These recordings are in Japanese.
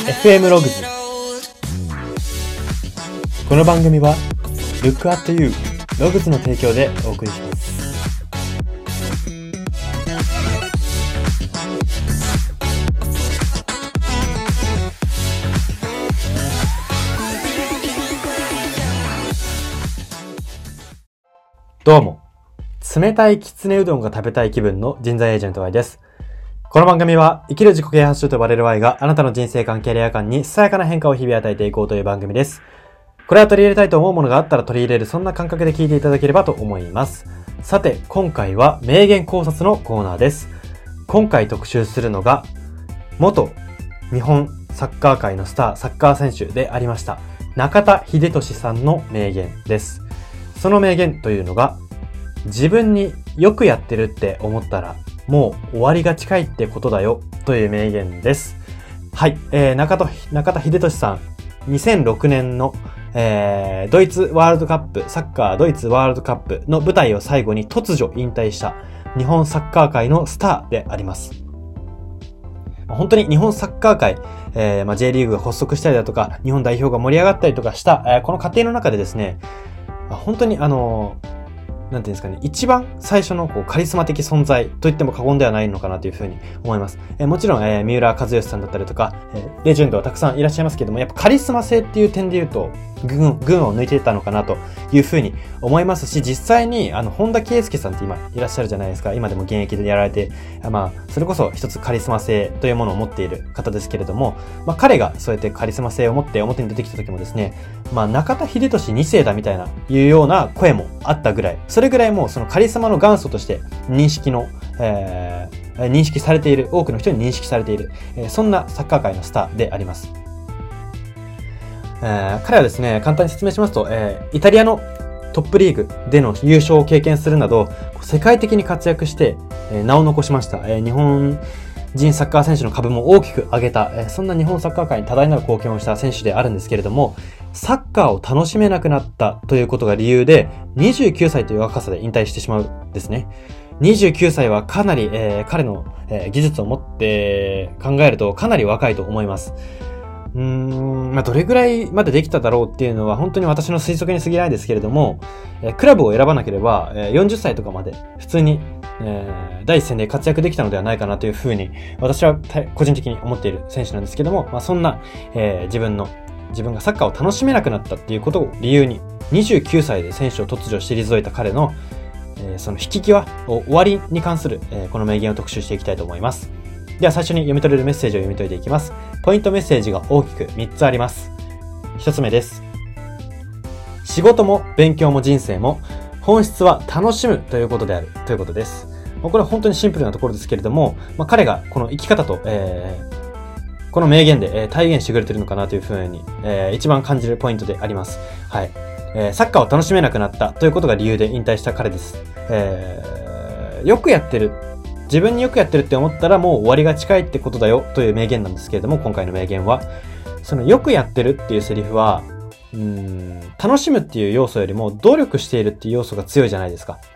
FM ログズ。この番組は Look at You ログズの提供でお送りします。どうも、冷たいきつねうどんが食べたい気分の人材エージェント Y です。この番組は生きる自己啓発書と呼ばれる Y があなたの人生観、キャリア観にささやかな変化を日々与えていこうという番組です。これは取り入れたいと思うものがあったら取り入れる、そんな感覚で聞いていただければと思います。さて、今回は名言考察のコーナーです。今回特集するのが元日本サッカー界のスター、サッカー選手でありました中田英寿さんの名言です。その名言というのが、自分によくやってるって思ったらもう終わりが近いってことだよという名言です。はい、中田英寿さん、2006年の、ドイツワールドカップ、サッカードイツワールドカップの舞台を最後に突如引退した日本サッカー界のスターであります。本当に日本サッカー界、J リーグが発足したりだとか、日本代表が盛り上がったりとかした、この過程の中でですね、本当になんていうんですかね、一番最初のカリスマ的存在と言っても過言ではないのかなというふうに思います。もちろん、三浦知良さんだったりとか、レジェンドはたくさんいらっしゃいますけども、やっぱカリスマ性っていう点で言うと、群を抜いてたのかなというふうに思いますし、実際に、本田圭佑さんって今いらっしゃるじゃないですか。今でも現役でやられて、それこそ一つカリスマ性というものを持っている方ですけれども、彼がそうやってカリスマ性を持って表に出てきた時もですね、中田英寿2世だみたいな、いうような声もあったぐらい、それぐらいもうそのカリスマの元祖として認識されている、多くの人に認識されている、そんなサッカー界のスターであります。彼はですね、簡単に説明しますと、イタリアのトップリーグでの優勝を経験するなど、世界的に活躍して、名を残しました。日本人サッカー選手の株も大きく上げた、そんな日本サッカー界に多大なる貢献をした選手であるんですけれども、サッカーを楽しめなくなったということが理由で、29歳という若さで引退してしまうんですね。29歳はかなり、彼の、技術を持って考えるとかなり若いと思います。どれぐらいまでできただろうっていうのは本当に私の推測に過ぎないですけれども、クラブを選ばなければ、40歳とかまで普通に、第一線で活躍できたのではないかなというふうに私は個人的に思っている選手なんですけども、そんな、自分がサッカーを楽しめなくなったっていうことを理由に29歳で選手を突如退いた彼の、その引き際終わりに関する、この名言を特集していきたいと思います。では最初に読み取れるメッセージを読み解いていきます。ポイントメッセージが大きく3つあります。1つ目です。仕事も勉強も人生も本質は楽しむということであるということです。これは本当にシンプルなところですけれども、彼がこの生き方と、この名言で、体現してくれているのかなというふうに、一番感じるポイントであります。はい。サッカーを楽しめなくなったということが理由で引退した彼です。よくやってる。自分によくやってるって思ったらもう終わりが近いってことだよという名言なんですけれども、今回の名言は、そのよくやってるっていうセリフは、楽しむっていう要素よりも努力しているっていう要素が強いじゃないですか。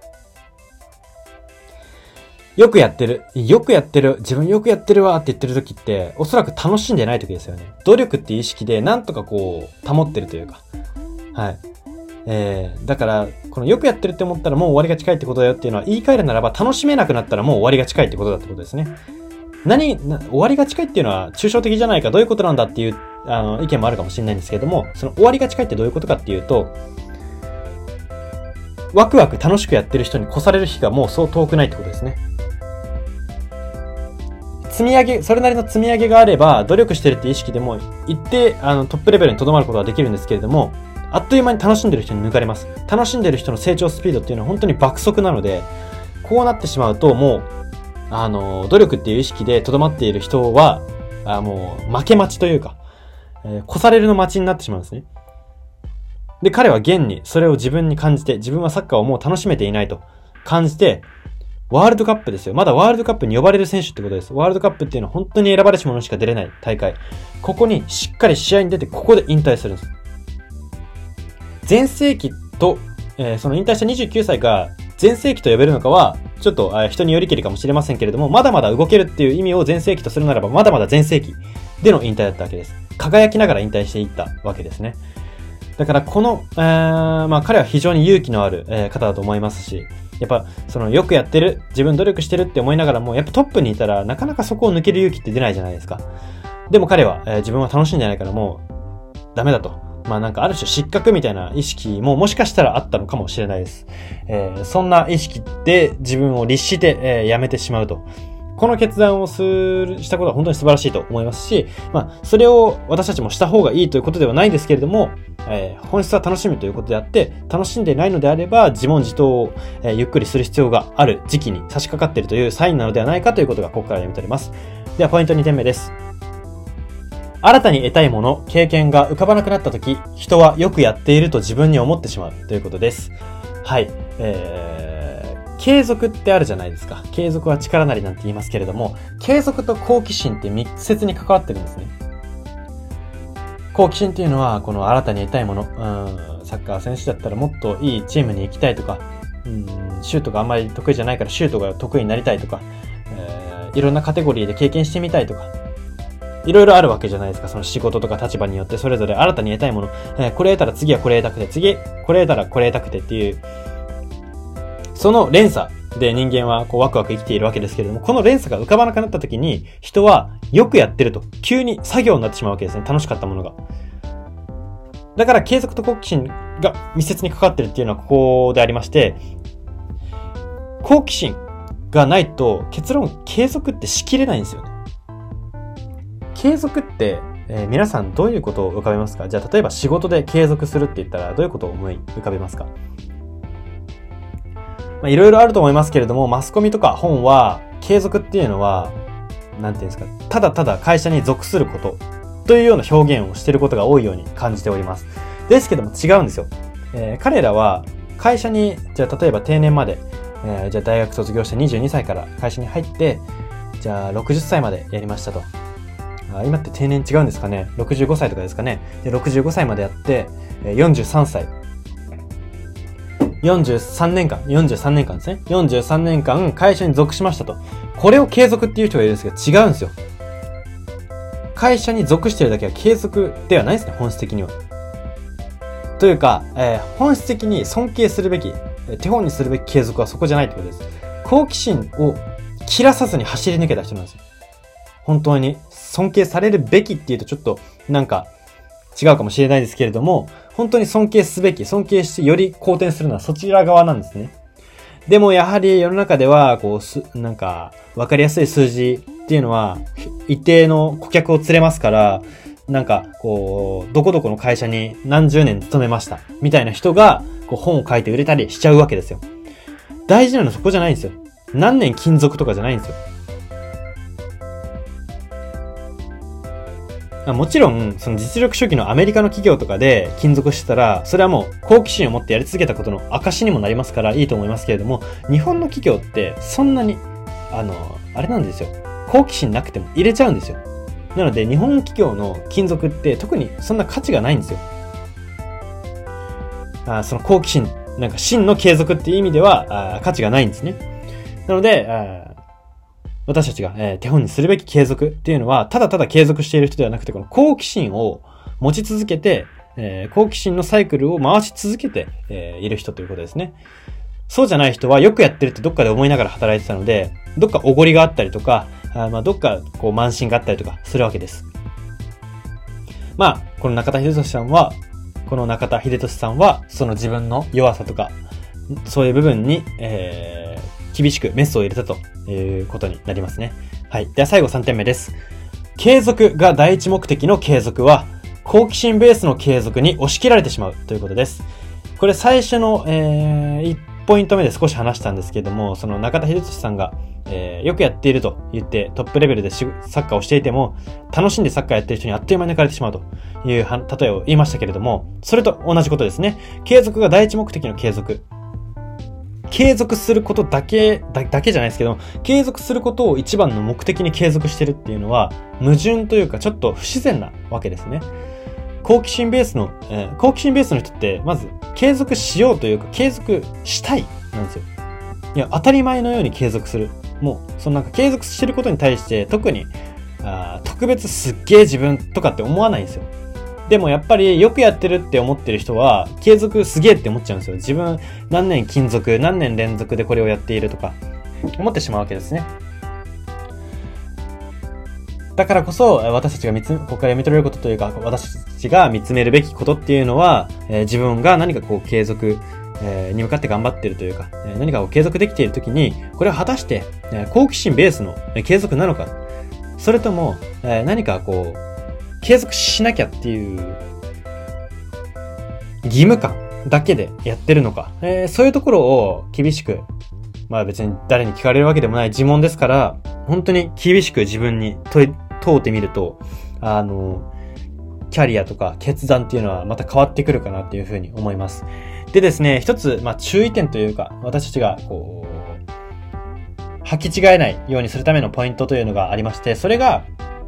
よくやってる、自分よくやってるわって言ってる時って、おそらく楽しんでない時ですよね。努力っていう意識でなんとか保ってるというか。はい。だから、このよくやってるって思ったらもう終わりが近いってことだよっていうのは言い換えるならば楽しめなくなったらもう終わりが近いってことだってことですね。終わりが近いっていうのは抽象的じゃないか、どういうことなんだっていう意見もあるかもしれないんですけれども、その終わりが近いってどういうことかっていうと、ワクワク楽しくやってる人に越される日がもうそう遠くないってことですね。それなりの積み上げがあれば努力してるって意識でも一定トップレベルにとどまることはできるんですけれども、あっという間に楽しんでる人に抜かれます。楽しんでる人の成長スピードっていうのは本当に爆速なので、こうなってしまうともう、努力っていう意識でとどまっている人は、もう負け待ちというか、越されるの待ちになってしまうんですね。で、彼は現にそれを自分に感じて、自分はサッカーをもう楽しめていないと感じて、ワールドカップですよ。まだワールドカップに呼ばれる選手ってことです。ワールドカップっていうのは本当に選ばれし者しか出れない大会。ここにしっかり試合に出て、ここで引退するんです。全盛期と、その引退した29歳が全盛期と呼べるのかは、ちょっと人によりけりかもしれませんけれども、まだまだ動けるっていう意味を全盛期とするならば、まだまだ全盛期での引退だったわけです。輝きながら引退していったわけですね。だからこの、彼は非常に勇気のある、方だと思いますし、やっぱ、よくやってる、自分努力してるって思いながらも、やっぱトップにいたら、なかなかそこを抜ける勇気って出ないじゃないですか。でも彼は、自分は楽しいんじゃないからもう、ダメだと。ある種失格みたいな意識ももしかしたらあったのかもしれないです。そんな意識で自分を律して、辞めてしまうと。この決断をしたことは本当に素晴らしいと思いますし、それを私たちもした方がいいということではないんですけれども、本質は楽しむということであって、楽しんでいないのであれば、自問自答を、ゆっくりする必要がある時期に差し掛かっているというサインなのではないかということがここから読み取れます。では、ポイント2点目です。新たに得たいもの、経験が浮かばなくなったとき、人はよくやっていると自分に思ってしまうということです。はい。継続ってあるじゃないですか。継続は力なりなんて言いますけれども、継続と好奇心って密接に関わってるんですね。好奇心っていうのは、この新たに得たいもの、サッカー選手だったらもっといいチームに行きたいとか、シュートがあんまり得意じゃないからシュートが得意になりたいとか、いろんなカテゴリーで経験してみたいとか、いろいろあるわけじゃないですか。その仕事とか立場によってそれぞれ新たに得たいもの、これ得たら次はこれ得たくて、次これ得たらこれ得たくてっていう、その連鎖で人間はワクワク生きているわけですけれども、この連鎖が浮かばなくなった時に、人はよくやってると、急に作業になってしまうわけですね。楽しかったものが。だから継続と好奇心が密接に関わってるっていうのはここでありまして、好奇心がないと結論継続ってしきれないんですよね。継続って、皆さんどういうことを浮かべますか？じゃあ例えば仕事で継続するって言ったらどういうことを思い浮かべますか？いろいろあると思いますけれども、マスコミとか本は、継続っていうのは、なんていうんですか、ただただ会社に属することというような表現をしていることが多いように感じております。ですけども違うんですよ。彼らは会社に、じゃあ例えば定年まで、じゃあ大学卒業して22歳から会社に入って、じゃあ60歳までやりましたと。今って定年違うんですかね？ 65 歳とかですかね？で、65歳までやって、43歳。43年間ですね。43年間会社に属しましたと。これを継続っていう人がいるんですけど違うんですよ。会社に属してるだけは継続ではないですね、本質的には。というか、本質的に尊敬するべき、手本にするべき継続はそこじゃないってことです。好奇心を切らさずに走り抜けた人なんですよ。本当に尊敬されるべきっていうとちょっとなんか違うかもしれないですけれども、本当に尊敬すべき、尊敬してより好転するのはそちら側なんですね。でもやはり世の中では、なんか、わかりやすい数字っていうのは、一定の顧客を連れますから、なんか、どこどこの会社に何十年勤めました、みたいな人が、本を書いて売れたりしちゃうわけですよ。大事なのはそこじゃないんですよ。何年勤続とかじゃないんですよ。もちろん、その実力主義のアメリカの企業とかで勤続してたら、それはもう好奇心を持ってやり続けたことの証にもなりますからいいと思いますけれども、日本の企業ってそんなに、あれなんですよ。好奇心なくても入れちゃうんですよ。なので、日本企業の勤続って特にそんな価値がないんですよ。その好奇心、なんか真の継続っていう意味では価値がないんですね。なので、私たちが、手本にするべき継続っていうのは、ただただ継続している人ではなくて、この好奇心を持ち続けて、好奇心のサイクルを回し続けて、いる人ということですね。そうじゃない人はよくやってるってどっかで思いながら働いてたので、どっかおごりがあったりとか、どっか慢心があったりとかするわけです。この中田秀俊さんは、その自分の弱さとか、そういう部分に、厳しくメスを入れたということになりますね。はい。では最後3点目です。継続が第一目的の継続は、好奇心ベースの継続に押し切られてしまうということです。これ最初の、1ポイント目で少し話したんですけれども、その中田秀俊さんが、よくやっていると言ってトップレベルでサッカーをしていても、楽しんでサッカーやっている人にあっという間に抜かれてしまうという例えを言いましたけれども、それと同じことですね。継続が第一目的の継続。継続することだけじゃないですけど、継続することを一番の目的に継続してるっていうのは、矛盾というかちょっと不自然なわけですね。好奇心ベースの人って、まず継続しようというか、継続したいなんですよ。いや、当たり前のように継続する。もう、そのなんか継続してることに対して、特に特別すっげえ自分とかって思わないんですよ。でもやっぱりよくやってるって思ってる人は継続すげえって思っちゃうんですよ。自分何年勤続、何年連続でこれをやっているとか思ってしまうわけですね。だからこそ私たちがここから読み取れることというか、私たちが見つめるべきことっていうのは、自分が何か継続に向かって頑張ってるというか、何かを継続できているときに、これは果たして好奇心ベースの継続なのか、それとも何か継続しなきゃっていう義務感だけでやってるのか、そういうところを厳しく、別に誰に聞かれるわけでもない自問ですから、本当に厳しく自分に問うてみると、キャリアとか決断っていうのはまた変わってくるかなっていうふうに思います。でですね、一つ、注意点というか、私たちが履き違えないようにするためのポイントというのがありまして、それが、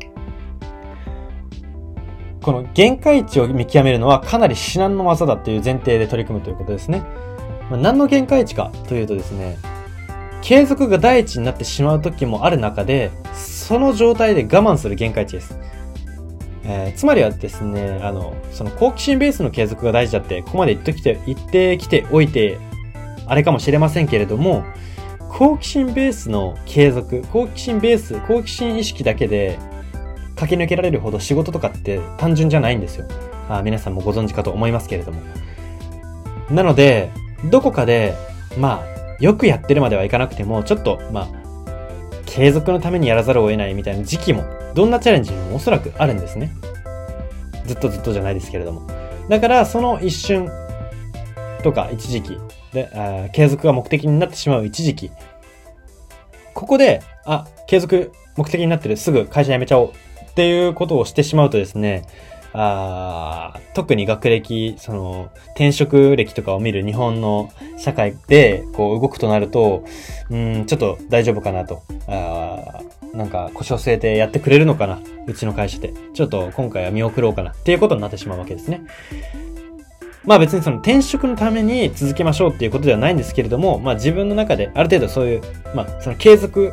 この限界値を見極めるのはかなり至難の技だという前提で取り組むということですね。何の限界値かというとですね、継続が第一になってしまう時もある中で、その状態で我慢する限界値です。つまりはですね、その好奇心ベースの継続が大事だって、ここまで言ってきておいて、あれかもしれませんけれども、好奇心ベースの継続、好奇心意識だけで駆け抜けられるほど仕事とかって単純じゃないんですよ。皆さんもご存知かと思いますけれども。なので、どこかで、よくやってるまではいかなくても、ちょっと、継続のためにやらざるを得ないみたいな時期も、どんなチャレンジにもおそらくあるんですね。ずっとじゃないですけれども。だから、その一瞬とか一時期で、継続が目的になってしまう一時期。ここで、継続目的になってる、すぐ会社辞めちゃおうっていうことをしてしまうとですね、特に学歴、転職歴とかを見る日本の社会で動くとなると、ちょっと大丈夫かなと。なんか腰を据えてやってくれるのかな、うちの会社で。ちょっと今回は見送ろうかなっていうことになってしまうわけですね。別に転職のために続けましょうっていうことではないんですけれども、自分の中である程度そういう、継続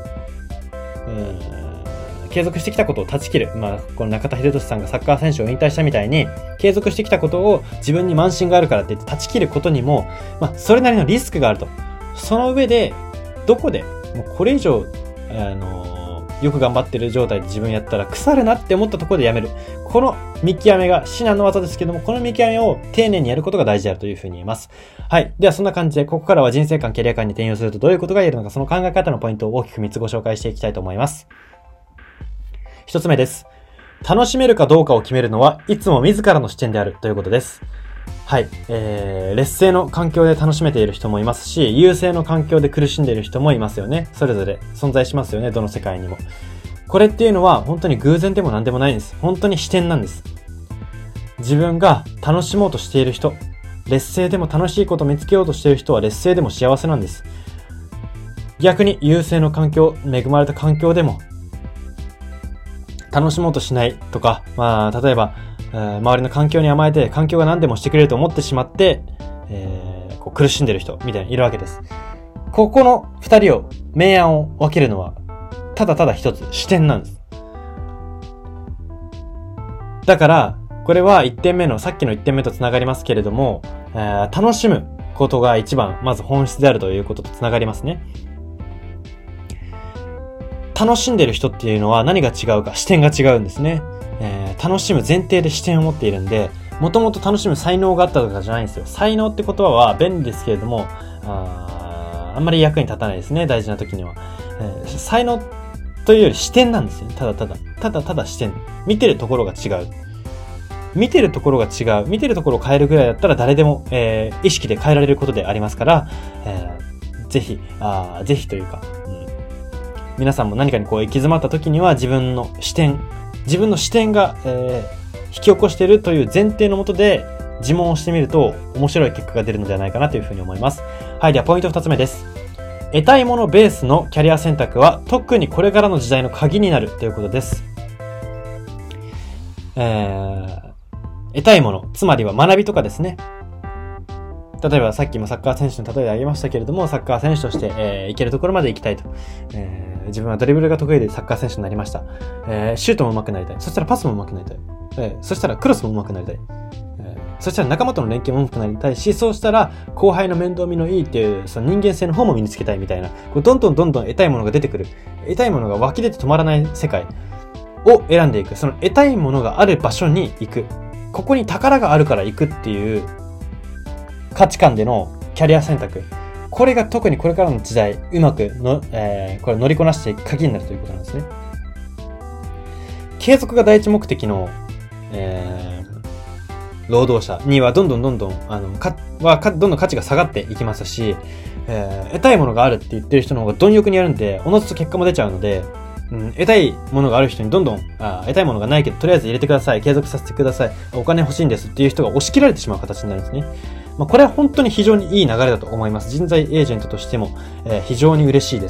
してきたことを断ち切る。この中田秀俊さんがサッカー選手を引退したみたいに、継続してきたことを自分に慢心があるからって言って断ち切ることにも、それなりのリスクがあると。その上で、どこで、もうこれ以上、よく頑張ってる状態で自分やったら腐るなって思ったところでやめる。この見極めが至難の技ですけども、この見極めを丁寧にやることが大事であるというふうに言います。はい。ではそんな感じで、ここからは人生観、キャリア観に転用するとどういうことが言えるのか、その考え方のポイントを大きく3つご紹介していきたいと思います。一つ目です。楽しめるかどうかを決めるのはいつも自らの視点であるということです。はい。劣勢の環境で楽しめている人もいますし、優勢の環境で苦しんでいる人もいますよね。それぞれ存在しますよね。どの世界にも。これっていうのは本当に偶然でも何でもないんです。本当に視点なんです。自分が楽しもうとしている人、劣勢でも楽しいことを見つけようとしている人は劣勢でも幸せなんです。逆に優勢の環境、恵まれた環境でも楽しもうとしないとか、例えば、周りの環境に甘えて環境が何でもしてくれると思ってしまって、苦しんでる人みたいにいるわけです。ここの二人を、明暗を分けるのは、ただただ一つ、視点なんです。だから、これはさっきの1点目とつながりますけれども、楽しむことが一番、まず本質であるということとつながりますね。楽しんでる人っていうのは何が違うか、視点が違うんですね。楽しむ前提で視点を持っているんで、もともと楽しむ才能があったとかじゃないんですよ。才能って言葉は便利ですけれども、あんまり役に立たないですね、大事な時には。才能というより視点なんですよね。ただ視点。見てるところが違う。見てるところを変えるぐらいだったら誰でも、意識で変えられることでありますから、ぜひというか、皆さんも何かに行き詰まった時には自分の視点が、引き起こしているという前提のもとで自問をしてみると面白い結果が出るのではないかなというふうに思います。はい、ではポイント2つ目です。得たいものベースのキャリア選択は特にこれからの時代の鍵になるということです。得たいもの、つまりは学びとかですね。例えばさっきもサッカー選手の例えで挙げましたけれども、サッカー選手として、行けるところまで行きたいと。 自分はドリブルが得意でサッカー選手になりました。シュートも上手くなりたい。そしたらパスも上手くなりたい。そしたらクロスも上手くなりたい。そしたら仲間との連携も上手くなりたいし、そうしたら後輩の面倒見のいいっていうその人間性の方も身につけたいみたいな、どんどん得たいものが出てくる。得たいものが湧き出て止まらない世界を選んでいく。その得たいものがある場所に行く。ここに宝があるから行くっていう価値観でのキャリア選択。これが特にこれからの時代、うまくの、これ乗りこなしていく鍵になるということなんですね。継続が第一目的の、労働者にはどんどん価値が下がっていきますし、得たいものがあるって言ってる人の方が貪欲にやるんで、おのずと結果も出ちゃうので、得たいものがある人にどんどん、得たいものがないけど、とりあえず入れてください、継続させてください、お金欲しいんですっていう人が押し切られてしまう形になるんですね。これは本当に非常にいい流れだと思います。人材エージェントとしても、非常に嬉しいです。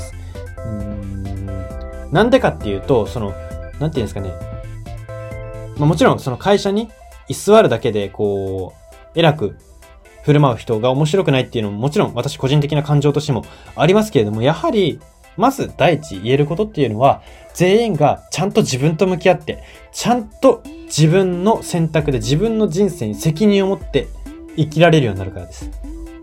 なんでかっていうと、なんていうんですかね。もちろんその会社に居座るだけで、偉く振る舞う人が面白くないっていうのももちろん私個人的な感情としてもありますけれども、やはり、まず第一言えることっていうのは、全員がちゃんと自分と向き合って、ちゃんと自分の選択で自分の人生に責任を持って生きられるようになるからです。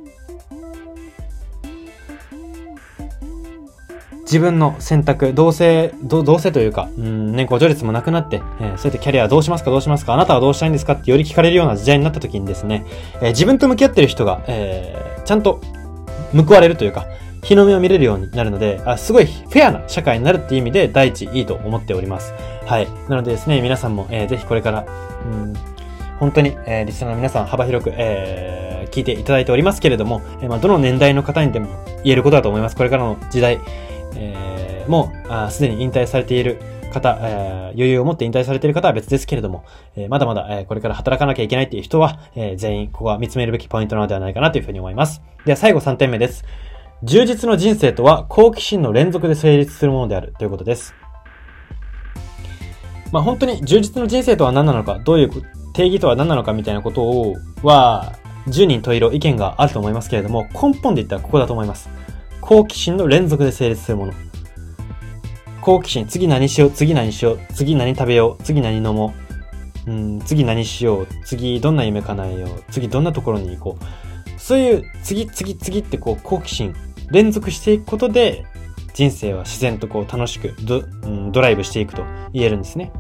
自分の選択、どうせというか、年功序列もなくなって、そうやってキャリアどうしますか、あなたはどうしたいんですかってより聞かれるような時代になった時にですね、自分と向き合ってる人が、ちゃんと報われるというか、日の目を見れるようになるので、すごいフェアな社会になるっていう意味で第一いいと思っております。はい。なのでですね、皆さんも、ぜひこれから、本当に、リスナーの皆さん幅広く、聞いていただいておりますけれども、どの年代の方にでも言えることだと思います。これからの時代、もうすでに引退されている方、余裕を持って引退されている方は別ですけれども、まだまだ、これから働かなきゃいけないっていう人は、全員ここは見つめるべきポイントなのではないかなというふうに思います。では最後3点目です。充実の人生とは好奇心の連続で成立するものであるということです。本当に充実の人生とは何なのか、どういう定義とは何なのかみたいなことは10人十色意見があると思いますけれども、根本で言ったらここだと思います。好奇心の連続で成立するもの。好奇心、次何しよう、次何しよう、次何食べよう、次何飲もう、次何しよう、次どんな夢叶えよう、次どんなところに行こう。そういう次って好奇心連続していくことで人生は自然と楽しくドライブしていくと言えるんですね。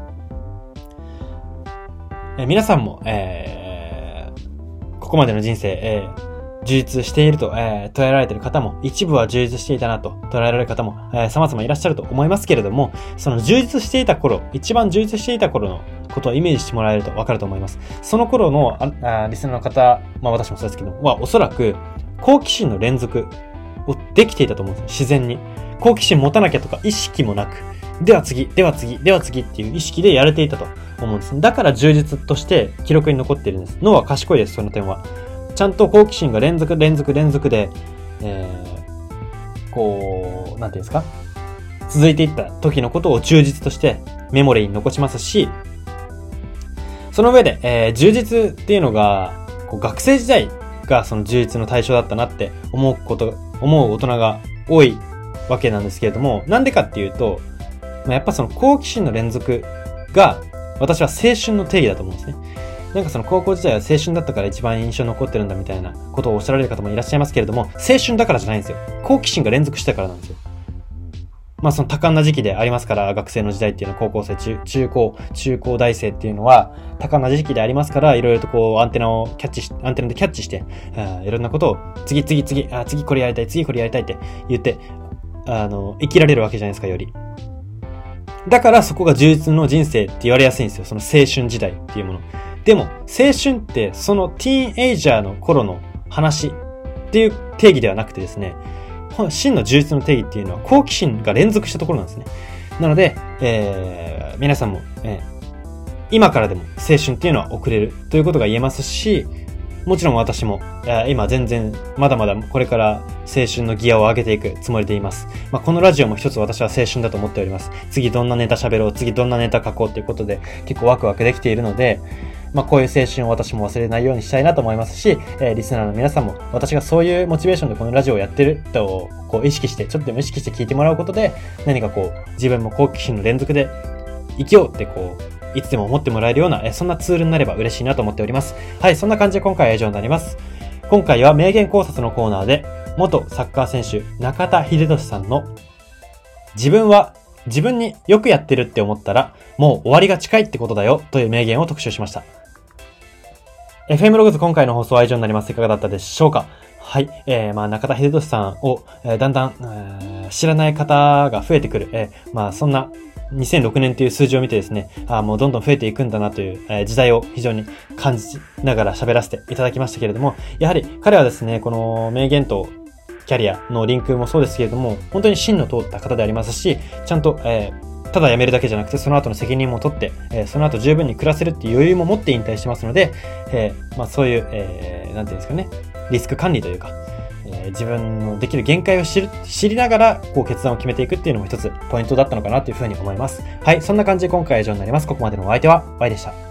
皆さんも、ここまでの人生、充実していると、捉えられている方も、一部は充実していたなと捉えられる方も、様々いらっしゃると思いますけれども、その充実していた頃、一番充実していた頃のことをイメージしてもらえるとわかると思います。その頃のリスナーの方、私もそうですけど、おそらく好奇心の連続をできていたと思うんです。自然に。好奇心持たなきゃとか意識もなく、では次っていう意識でやれていたと思うんです。だから充実として記録に残っているんです。脳は賢いです、その点は。ちゃんと好奇心が連続で、なんていうんですか、続いていった時のことを充実としてメモリーに残しますし、その上で、充実っていうのが、学生時代がその充実の対象だったなって思う大人が多いわけなんですけれども、なんでかっていうと、やっぱその好奇心の連続が、私は青春の定義だと思うんですね。なんかその高校時代は青春だったから一番印象に残ってるんだみたいなことをおっしゃられる方もいらっしゃいますけれども、青春だからじゃないんですよ。好奇心が連続したからなんですよ。その多感な時期でありますから、学生の時代っていうのは高校生、中高大生っていうのは多感な時期でありますから、いろいろとアンテナでキャッチして、いろんなことを次これやりたいって言って、生きられるわけじゃないですか、より。だからそこが充実の人生って言われやすいんですよ。その青春時代っていうもの。でも、青春ってそのティーンエイジャーの頃の話っていう定義ではなくてですね、真の充実の定義っていうのは好奇心が連続したところなんですね。なので、皆さんも、今からでも青春っていうのは送れるということが言えますし、もちろん私も、今全然まだまだこれから青春のギアを上げていくつもりでいます。このラジオも一つ私は青春だと思っております。次どんなネタ喋ろう、次どんなネタ書こうということで結構ワクワクできているので、 こういう青春を私も忘れないようにしたいなと思いますし、リスナーの皆さんも私がそういうモチベーションでこのラジオをやってると意識して、ちょっとでも意識して聞いてもらうことで、何か自分も好奇心の連続で生きようっていつでも思ってもらえるような、そんなツールになれば嬉しいなと思っております。はい、そんな感じで今回は以上になります。今回は名言考察のコーナーで、元サッカー選手中田英寿さんの自分は自分によくやってるって思ったらもう終わりが近いってことだよという名言を特集しました。FM ログズ今回の放送は以上になります。いかがだったでしょうか。はい。中田英寿さんを、だんだん、知らない方が増えてくる。そんな2006年という数字を見てですね、もうどんどん増えていくんだなという、時代を非常に感じながら喋らせていただきましたけれども、やはり彼はですね、この名言とキャリアのリンクもそうですけれども、本当に芯の通った方でありますし、ちゃんと、ただ辞めるだけじゃなくて、その後の責任も取って、その後十分に暮らせるっていう余裕も持って引退してますので、そういう、なんていうんですかね、リスク管理というか、自分のできる限界を知りながら、決断を決めていくっていうのも一つポイントだったのかなというふうに思います。はい、そんな感じで今回は以上になります。ここまでのお相手は、Yでした。